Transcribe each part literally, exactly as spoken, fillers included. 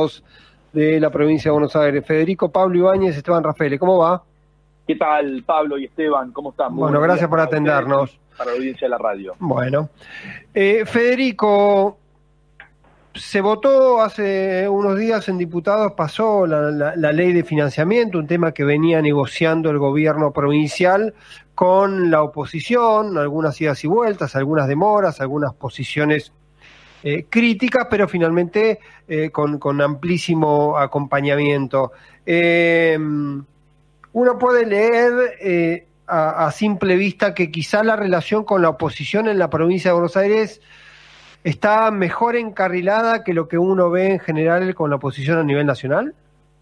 Diputados de la provincia de Buenos Aires. Federico, Pablo Ibáñez, Esteban Raffaele, ¿cómo va? ¿Qué tal, Pablo y Esteban? ¿Cómo están? Muy bueno, gracias por atendernos. Para la audiencia de la radio. Bueno. Eh, Federico, se votó hace unos días en diputados, pasó la, la, la ley de financiamiento, un tema que venía negociando el gobierno provincial con la oposición, algunas idas y vueltas, algunas demoras, algunas posiciones eh, críticas, pero finalmente eh, con, con amplísimo acompañamiento. Eh, uno puede leer eh, a, a simple vista que quizá la relación con la oposición en la provincia de Buenos Aires está mejor encarrilada que lo que uno ve en general con la oposición a nivel nacional.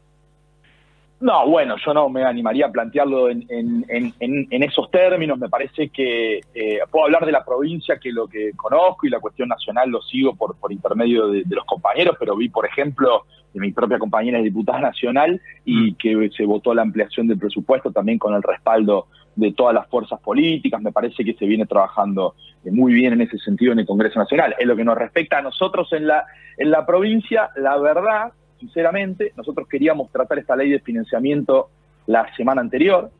No, bueno, yo no me animaría a plantearlo en, en, en, en esos términos. Me parece que eh, puedo hablar de la provincia, que lo que conozco, y la cuestión nacional lo sigo por, por intermedio de, de los compañeros, pero vi, por ejemplo, de mi propia compañera diputada nacional, y que se votó la ampliación del presupuesto también con el respaldo de todas las fuerzas políticas. Me parece que se viene trabajando muy bien en ese sentido en el Congreso Nacional. En lo que nos respecta a nosotros en la, en la provincia, la verdad, sinceramente, nosotros queríamos tratar esta ley de financiamiento la semana anterior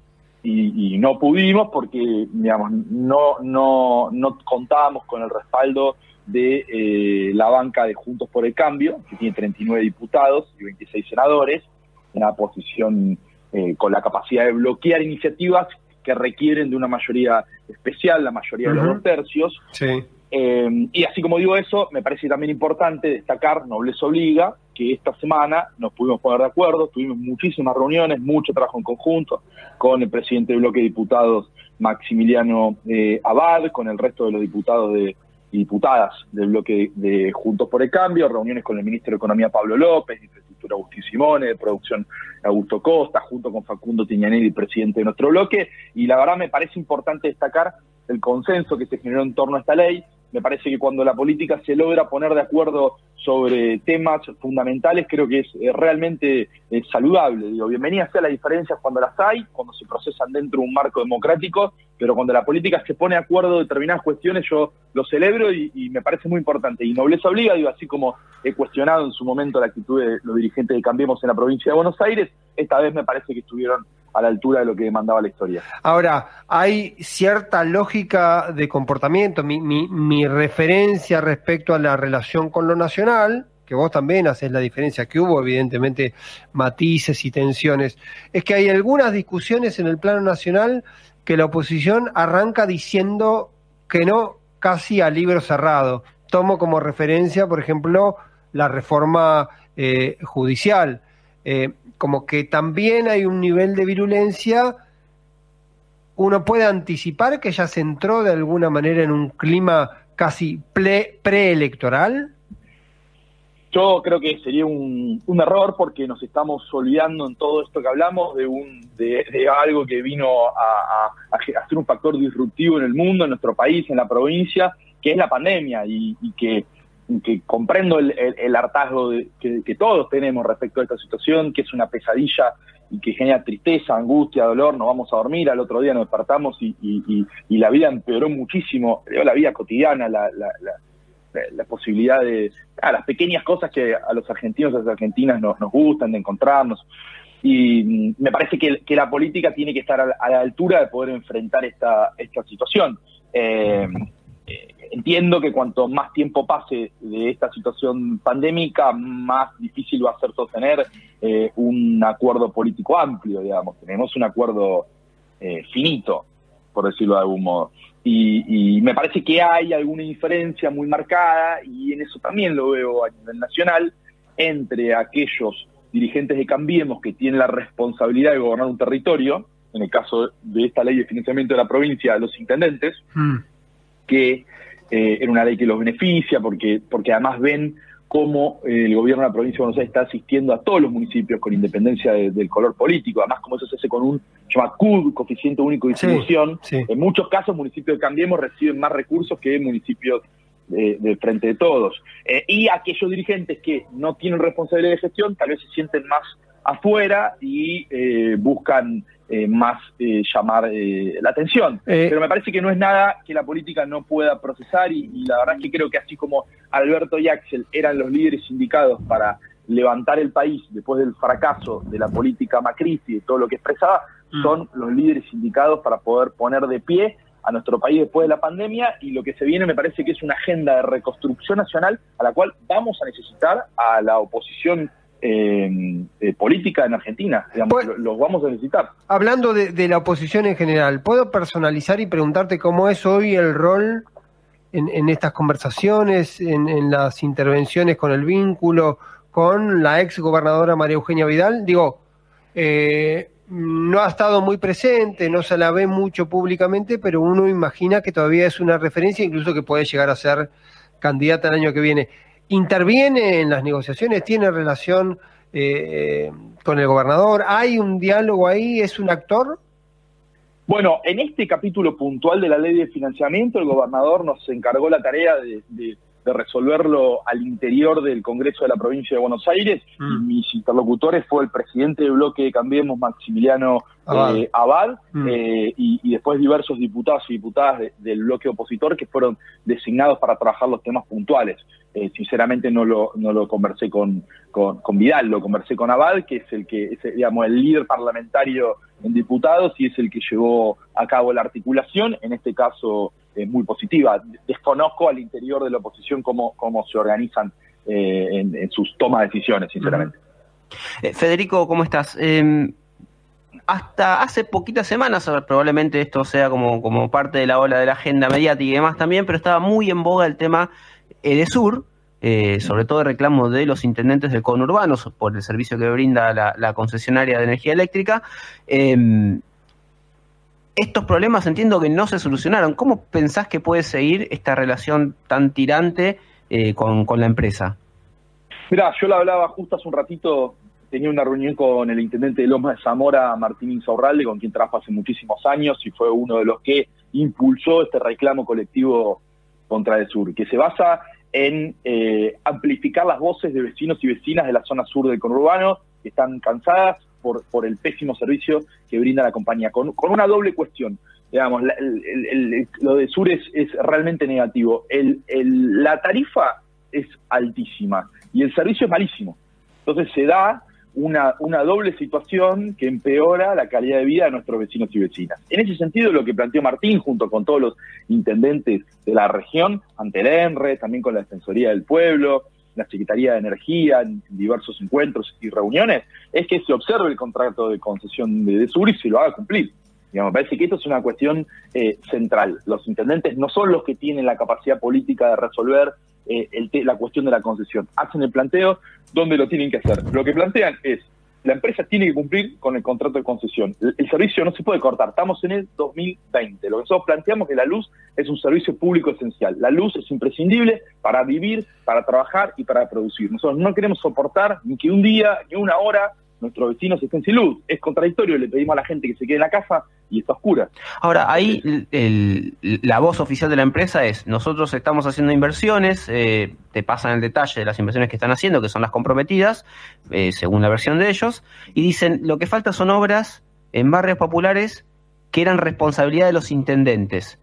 y, y no pudimos porque, digamos, no, no, no contábamos con el respaldo de eh, la banca de Juntos por el Cambio, que tiene treinta y nueve diputados y veintiséis senadores, una posición eh, con la capacidad de bloquear iniciativas que requieren de una mayoría especial, la mayoría de los dos tercios. Sí. Eh, y así como digo eso, me parece también importante destacar, nobleza obliga, que esta semana nos pudimos poner de acuerdo, tuvimos muchísimas reuniones, mucho trabajo en conjunto, con el presidente del bloque de diputados, Maximiliano eh, Abad, con el resto de los diputados de, y diputadas del bloque de, de Juntos por el Cambio, reuniones con el ministro de Economía, Pablo López, de Infraestructura, Agustín Simone, de Producción, Augusto Costa, junto con Facundo Tignanelli, presidente de nuestro bloque, y la verdad me parece importante destacar el consenso que se generó en torno a esta ley. Me parece que cuando la política se logra poner de acuerdo sobre temas fundamentales, creo que es eh, realmente eh, saludable. Digo, bienvenidas sean las diferencias cuando las hay, cuando se procesan dentro de un marco democrático, pero cuando la política se pone de acuerdo en determinadas cuestiones, yo lo celebro y, y me parece muy importante. Y nobleza obliga, digo, así como he cuestionado en su momento la actitud de los dirigentes de Cambiemos en la provincia de Buenos Aires, esta vez me parece que estuvieron a la altura de lo que demandaba la historia. Ahora, hay cierta lógica de comportamiento. Mi, mi, mi referencia respecto a la relación con lo nacional, que vos también haces la diferencia, que hubo evidentemente matices y tensiones, es que hay algunas discusiones en el plano nacional que la oposición arranca diciendo que no, casi a libro cerrado. Tomo como referencia, por ejemplo, la reforma eh, judicial. Eh, como que también hay un nivel de virulencia. Uno puede anticipar que ya se entró de alguna manera en un clima casi pre- preelectoral. Yo creo que sería un, un error, porque nos estamos olvidando en todo esto que hablamos de un de, de algo que vino a, a, a ser un factor disruptivo en el mundo, en nuestro país, en la provincia, que es la pandemia, y, y que que comprendo el, el, el hartazgo de, que, que todos tenemos respecto a esta situación, que es una pesadilla y que genera tristeza, angustia, dolor. Nos vamos a dormir, al otro día nos despertamos y, y, y, y la vida empeoró muchísimo, la vida cotidiana, la, la, la, la, la posibilidad de ah, las pequeñas cosas que a los argentinos y a las argentinas nos, nos gustan, de encontrarnos. Y me parece que, que la política tiene que estar a la, a la altura de poder enfrentar esta, esta situación. Eh, Entiendo que cuanto más tiempo pase de esta situación pandémica, más difícil va a ser sostener eh, un acuerdo político amplio, digamos. Tenemos un acuerdo eh, finito, por decirlo de algún modo. Y, y me parece que hay alguna diferencia muy marcada, y en eso también lo veo a nivel nacional, entre aquellos dirigentes de Cambiemos que tienen la responsabilidad de gobernar un territorio, en el caso de esta ley de financiamiento de la provincia, los intendentes, mm. que Eh, era una ley que los beneficia, porque porque además ven cómo eh, el gobierno de la provincia de Buenos Aires está asistiendo a todos los municipios con independencia de, del color político. Además, como eso se hace con un llama C U D, coeficiente único de distribución, sí, sí. En muchos casos municipios de Cambiemos reciben más recursos que municipios de, de Frente de Todos. Eh, y aquellos dirigentes que no tienen responsabilidad de gestión tal vez se sienten más afuera y eh, buscan eh, más eh, llamar eh, la atención. Eh, Pero me parece que no es nada que la política no pueda procesar, y, y la verdad es que creo que así como Alberto y Axel eran los líderes indicados para levantar el país después del fracaso de la política macrista y de todo lo que expresaba, mm. son los líderes indicados para poder poner de pie a nuestro país después de la pandemia, y lo que se viene me parece que es una agenda de reconstrucción nacional a la cual vamos a necesitar a la oposición eh, eh, política en Argentina, digamos, pues, los lo vamos a necesitar. Hablando de, de la oposición en general, ¿puedo personalizar y preguntarte cómo es hoy el rol en, en estas conversaciones, en, en las intervenciones con el vínculo con la ex gobernadora María Eugenia Vidal? Digo, eh, no ha estado muy presente, no se la ve mucho públicamente, pero uno imagina que todavía es una referencia, incluso que puede llegar a ser candidata el año que viene. ¿Interviene en las negociaciones? ¿Tiene relación eh, con el gobernador? ¿Hay un diálogo ahí? ¿Es un actor? Bueno, en este capítulo puntual de la ley de financiamiento, el gobernador nos encargó la tarea de, de, de resolverlo al interior del Congreso de la provincia de Buenos Aires, mm. y mis interlocutores fue el presidente del bloque de Cambiemos, Maximiliano Abad, eh, Abad mm. eh, y, y después diversos diputados y diputadas de, del bloque opositor que fueron designados para trabajar los temas puntuales. Eh, sinceramente no lo, no lo conversé con, con, con Vidal, lo conversé con Abad, que es el que es, digamos, el líder parlamentario en diputados y es el que llevó a cabo la articulación, en este caso eh, muy positiva. Desconozco al interior de la oposición cómo, cómo se organizan eh, en, en sus tomas de decisiones, sinceramente. Eh, Federico, ¿cómo estás? Eh, hasta hace poquitas semanas, probablemente esto sea como, como parte de la ola de la agenda mediática y demás también, pero estaba muy en boga el tema Edesur, eh, sobre todo el reclamo de los intendentes del conurbano por el servicio que brinda la, la concesionaria de energía eléctrica. Eh, estos problemas entiendo que no se solucionaron. ¿Cómo pensás que puede seguir esta relación tan tirante eh, con, con la empresa? Mirá, yo la hablaba justo hace un ratito, tenía una reunión con el intendente de Lomas de Zamora, Martín Insaurralde, con quien trabajo hace muchísimos años y fue uno de los que impulsó este reclamo colectivo contra Edesur, que se basa en eh, amplificar las voces de vecinos y vecinas de la zona sur del conurbano, que están cansadas por, por el pésimo servicio que brinda la compañía, con, con una doble cuestión. Digamos, la, el, el, el, lo de Sur es, es realmente negativo. El, el, la tarifa es altísima y el servicio es malísimo. Entonces se da una, una doble situación que empeora la calidad de vida de nuestros vecinos y vecinas. En ese sentido, lo que planteó Martín, junto con todos los intendentes de la región, ante el ENRE, también con la Defensoría del Pueblo, la Secretaría de Energía, en diversos encuentros y reuniones, es que se observe el contrato de concesión de Edesur y se lo haga cumplir. Digamos, me parece que esto es una cuestión eh, central. Los intendentes no son los que tienen la capacidad política de resolver eh, el te la cuestión de la concesión. Hacen el planteo donde lo tienen que hacer. Lo que plantean es, la empresa tiene que cumplir con el contrato de concesión. El, el servicio no se puede cortar. Estamos en el dos mil veinte. Lo que nosotros planteamos es que la luz es un servicio público esencial. La luz es imprescindible para vivir, para trabajar y para producir. Nosotros no queremos soportar ni que un día, ni una hora, nuestros vecinos estén sin luz. Es contradictorio, le pedimos a la gente que se quede en la casa y está oscura. Ahora, ahí el, el, la voz oficial de la empresa es, nosotros estamos haciendo inversiones, eh, te pasan el detalle de las inversiones que están haciendo, que son las comprometidas, eh, según la versión de ellos, y dicen, lo que falta son obras en barrios populares que eran responsabilidad de los intendentes.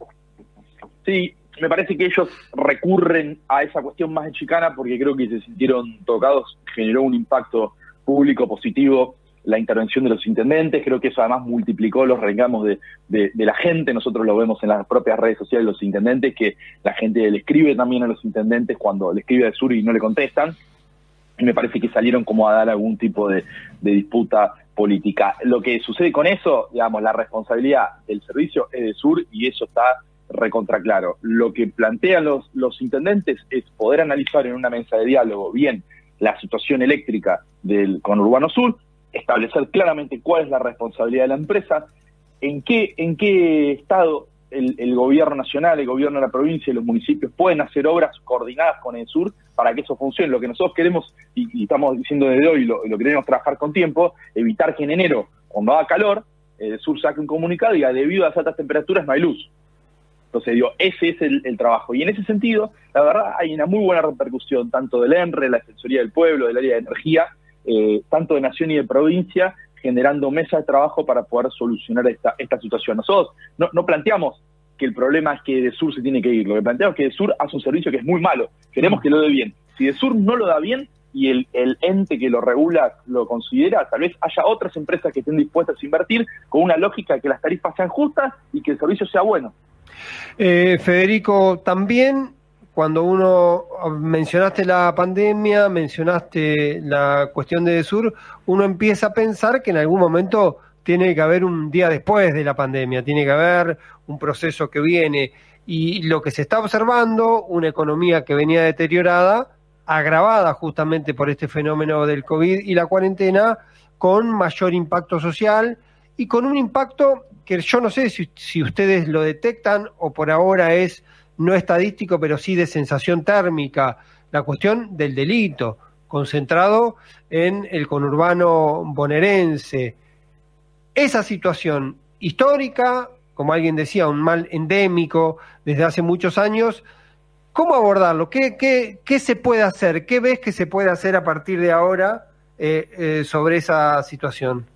Sí, me parece que ellos recurren a esa cuestión más chicana porque creo que se sintieron tocados, generó un impacto público positivo la intervención de los intendentes. Creo que eso además multiplicó los reclamos de, de, de la gente. Nosotros lo vemos en las propias redes sociales de los intendentes, que la gente le escribe también a los intendentes cuando le escribe a Edesur y no le contestan, y me parece que salieron como a dar algún tipo de, de disputa política. Lo que sucede con eso, digamos, la responsabilidad del servicio es de Edesur y eso está recontra claro. Lo que plantean los, los intendentes es poder analizar en una mesa de diálogo bien la situación eléctrica del conurbano sur, establecer claramente cuál es la responsabilidad de la empresa, en qué, en qué estado el, el gobierno nacional, el gobierno de la provincia y los municipios pueden hacer obras coordinadas con Edesur para que eso funcione. Lo que nosotros queremos, y, y estamos diciendo desde hoy, lo, lo queremos trabajar con tiempo, evitar que en enero, cuando haga calor, Edesur saque un comunicado y diga, debido a las altas temperaturas no hay luz. Entonces, digo, ese es el, el trabajo. Y en ese sentido, la verdad, hay una muy buena repercusión, tanto del ENRE, la Defensoría del Pueblo, del área de energía, eh, tanto de nación y de provincia, generando mesas de trabajo para poder solucionar esta, esta situación. Nosotros no, no planteamos que el problema es que Edesur se tiene que ir. Lo que planteamos es que Edesur hace un servicio que es muy malo. Queremos que lo dé bien. Si Edesur no lo da bien, y el, el ente que lo regula lo considera, tal vez haya otras empresas que estén dispuestas a invertir con una lógica de que las tarifas sean justas y que el servicio sea bueno. Eh, Federico, también cuando uno, mencionaste la pandemia, mencionaste la cuestión de Edesur, uno empieza a pensar que en algún momento tiene que haber un día después de la pandemia, tiene que haber un proceso que viene, y lo que se está observando, una economía que venía deteriorada, agravada justamente por este fenómeno del COVID y la cuarentena, con mayor impacto social y con un impacto que yo no sé si, si ustedes lo detectan o por ahora es no estadístico, pero sí de sensación térmica, la cuestión del delito, concentrado en el conurbano bonaerense. Esa situación histórica, como alguien decía, un mal endémico desde hace muchos años, ¿cómo abordarlo? ¿Qué, qué, qué se puede hacer? ¿Qué ves que se puede hacer a partir de ahora eh, eh, sobre esa situación?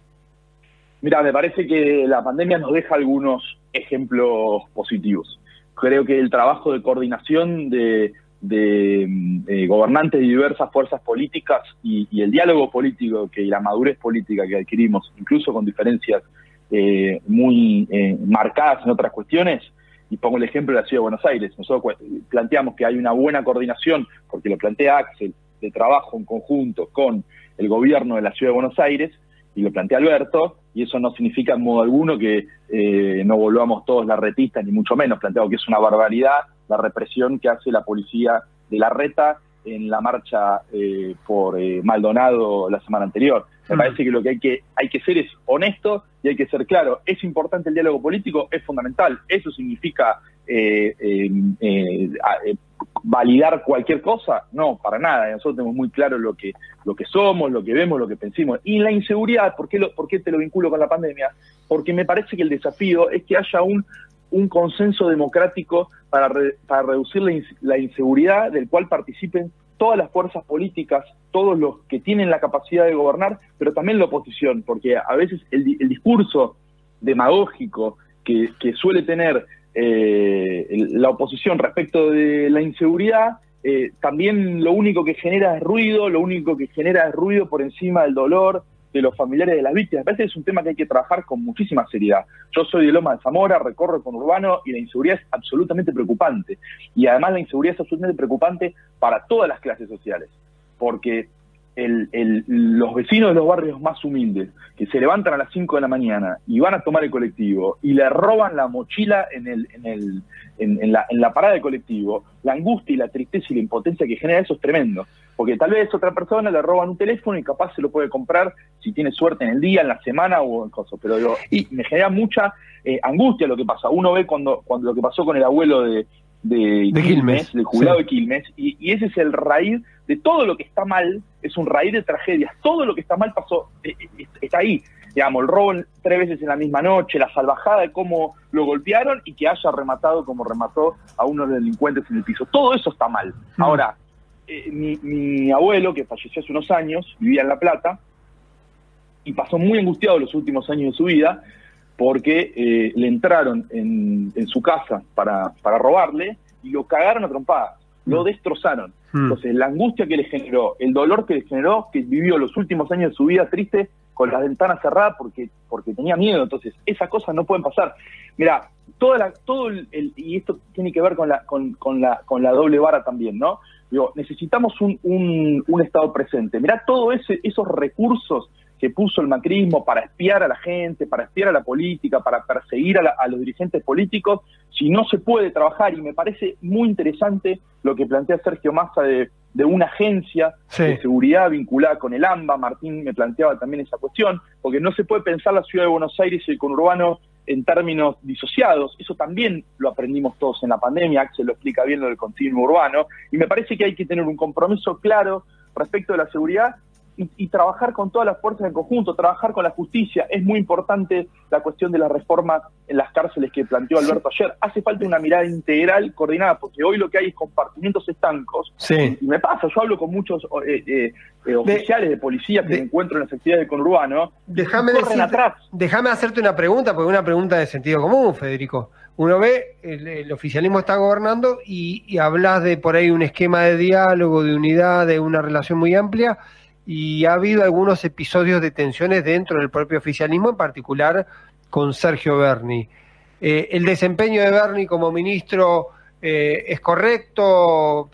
Mira, me parece que la pandemia nos deja algunos ejemplos positivos. Creo que el trabajo de coordinación de, de, de gobernantes de diversas fuerzas políticas y, y el diálogo político que, y la madurez política que adquirimos, incluso con diferencias eh, muy eh, marcadas en otras cuestiones, y pongo el ejemplo de la Ciudad de Buenos Aires. Nosotros planteamos que hay una buena coordinación, porque lo plantea Axel, de trabajo en conjunto con el gobierno de la Ciudad de Buenos Aires, y lo plantea Alberto, y eso no significa en modo alguno que eh, no volvamos todos larretistas, ni mucho menos. Planteado que es una barbaridad la represión que hace la policía de Larreta en la marcha eh, por eh, Maldonado la semana anterior. Me mm. parece que lo que hay que hay que ser es honesto y hay que ser claro. ¿Es importante el diálogo político? Es fundamental. ¿Eso significa eh, eh, eh, eh, validar cualquier cosa? No, para nada. Nosotros tenemos muy claro lo que lo que somos, lo que vemos, lo que pensamos. Y la inseguridad, ¿por qué, lo, por qué te lo vinculo con la pandemia? Porque me parece que el desafío es que haya un un consenso democrático para, re, para reducir la, la inseguridad, del cual participen todas las fuerzas políticas, todos los que tienen la capacidad de gobernar, pero también la oposición, porque a veces el, el discurso demagógico que, que suele tener eh, la oposición respecto de la inseguridad, eh, también lo único que genera es ruido, lo único que genera es ruido por encima del dolor de los familiares de las víctimas. Me parece que es un tema que hay que trabajar con muchísima seriedad. Yo soy de Loma de Zamora, recorro el conurbano y la inseguridad es absolutamente preocupante. Y además la inseguridad es absolutamente preocupante para todas las clases sociales, porque el, el, los vecinos de los barrios más humildes, que se levantan a las cinco de la mañana y van a tomar el colectivo y le roban la mochila en, el, en, el, en, en, la, en la parada del colectivo, la angustia y la tristeza y la impotencia que genera eso es tremendo. Porque tal vez otra persona le roban un teléfono y capaz se lo puede comprar si tiene suerte en el día, en la semana o en cosas. Pero digo, y me genera mucha eh, angustia lo que pasa. Uno ve cuando, cuando lo que pasó con el abuelo de, de, de Quilmes, del jubilado sí. de Quilmes, y, y ese es el raíz de todo lo que está mal, es un raíz de tragedias. Todo lo que está mal pasó, eh, eh, está ahí. Digamos, el robo tres veces en la misma noche, la salvajada de cómo lo golpearon y que haya rematado como remató a unos delincuentes en el piso. Todo eso está mal. Mm. Ahora, Eh, mi, mi abuelo, que falleció hace unos años, vivía en La Plata y pasó muy angustiado los últimos años de su vida porque eh, le entraron en, en su casa para, para robarle y lo cagaron a trompadas, mm. lo destrozaron. Mm. Entonces, la angustia que le generó, el dolor que le generó, que vivió los últimos años de su vida triste con las ventanas cerradas porque, porque tenía miedo. Entonces, esas cosas no pueden pasar. Mira, toda la, todo el, el, y esto tiene que ver con la, con, con la, con la doble vara también, ¿no? Digo, necesitamos un, un, un Estado presente. Mirá todos esos recursos que puso el macrismo para espiar a la gente, para espiar a la política, para perseguir a, la, a los dirigentes políticos, si no se puede trabajar. Y me parece muy interesante lo que plantea Sergio Massa de, de una agencia sí. de seguridad vinculada con el AMBA. Martín me planteaba también esa cuestión, porque no se puede pensar la Ciudad de Buenos Aires y el conurbano en términos disociados. Eso también lo aprendimos todos en la pandemia. Axel lo explica bien lo del continuo urbano, y me parece que hay que tener un compromiso claro respecto de la seguridad y, y trabajar con todas las fuerzas en conjunto, trabajar con la justicia. Es muy importante la cuestión de la reforma en las cárceles que planteó Alberto sí. ayer. Hace falta una mirada integral, coordinada, porque hoy lo que hay es compartimientos estancos. Sí. Y me pasa, yo hablo con muchos eh, eh, eh, oficiales de, de policía que de, me encuentro en las actividades del conurbano. Déjame decirte, déjame hacerte una pregunta, porque es una pregunta de sentido común, Federico. uno ve, el, el oficialismo está gobernando y, y hablas de por ahí un esquema de diálogo, de unidad, de una relación muy amplia, y ha habido algunos episodios de tensiones dentro del propio oficialismo, en particular con Sergio Berni. Eh, ¿El desempeño de Berni como ministro eh, es correcto?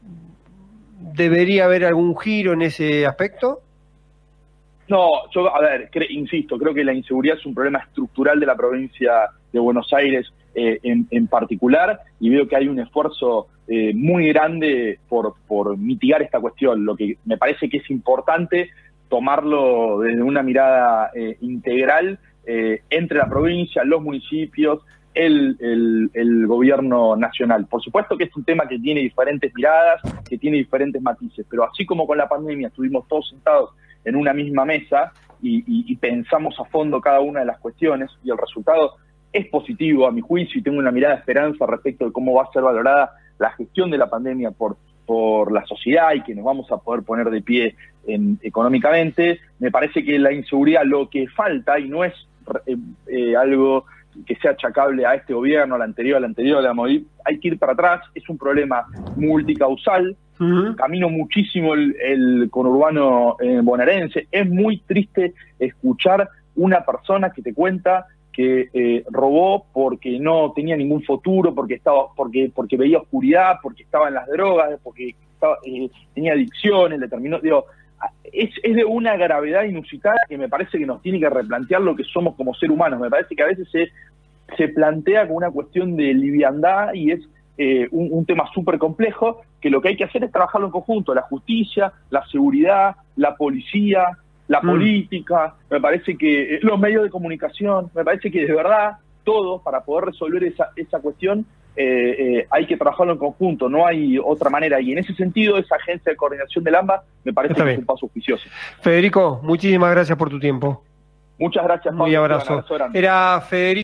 ¿Debería haber algún giro en ese aspecto? No, yo, a ver, cre, insisto, creo que la inseguridad es un problema estructural de la provincia de Buenos Aires eh, en, en particular, y veo que hay un esfuerzo eh, muy grande por, por mitigar esta cuestión. Lo que me parece que es importante tomarlo desde una mirada eh, integral eh, entre la provincia, los municipios, el, el, el gobierno nacional. Por supuesto que es un tema que tiene diferentes miradas, que tiene diferentes matices, pero así como con la pandemia estuvimos todos sentados en una misma mesa y, y, y pensamos a fondo cada una de las cuestiones, y el resultado es positivo a mi juicio, y tengo una mirada de esperanza respecto de cómo va a ser valorada la gestión de la pandemia por, por la sociedad y que nos vamos a poder poner de pie en, económicamente. Me parece que la inseguridad, lo que falta, y no es eh, eh, algo que sea achacable a este gobierno, al anterior, al anterior, al anterior, hay que ir para atrás, es un problema multicausal. Uh-huh. Camino muchísimo el, el conurbano eh, bonaerense. Es muy triste escuchar una persona que te cuenta que eh, robó porque no tenía ningún futuro, porque estaba, porque, porque veía oscuridad, porque estaba en las drogas, porque estaba, eh, tenía adicciones, le terminó, digo, es, es de una gravedad inusitada que me parece que nos tiene que replantear lo que somos como seres humanos. Me parece que a veces se, se plantea como una cuestión de liviandad y es eh, un, un tema súper complejo, que lo que hay que hacer es trabajarlo en conjunto, la justicia, la seguridad, la policía, la mm. política, me parece que eh, los medios de comunicación, me parece que de verdad todos, para poder resolver esa, esa cuestión, eh, eh, hay que trabajarlo en conjunto, no hay otra manera, y en ese sentido esa agencia de coordinación del AMBA me parece Está que bien. es un paso auspicioso. Federico, muchísimas gracias por tu tiempo. Muchas gracias, Pablo. Un abrazo. Era Federico.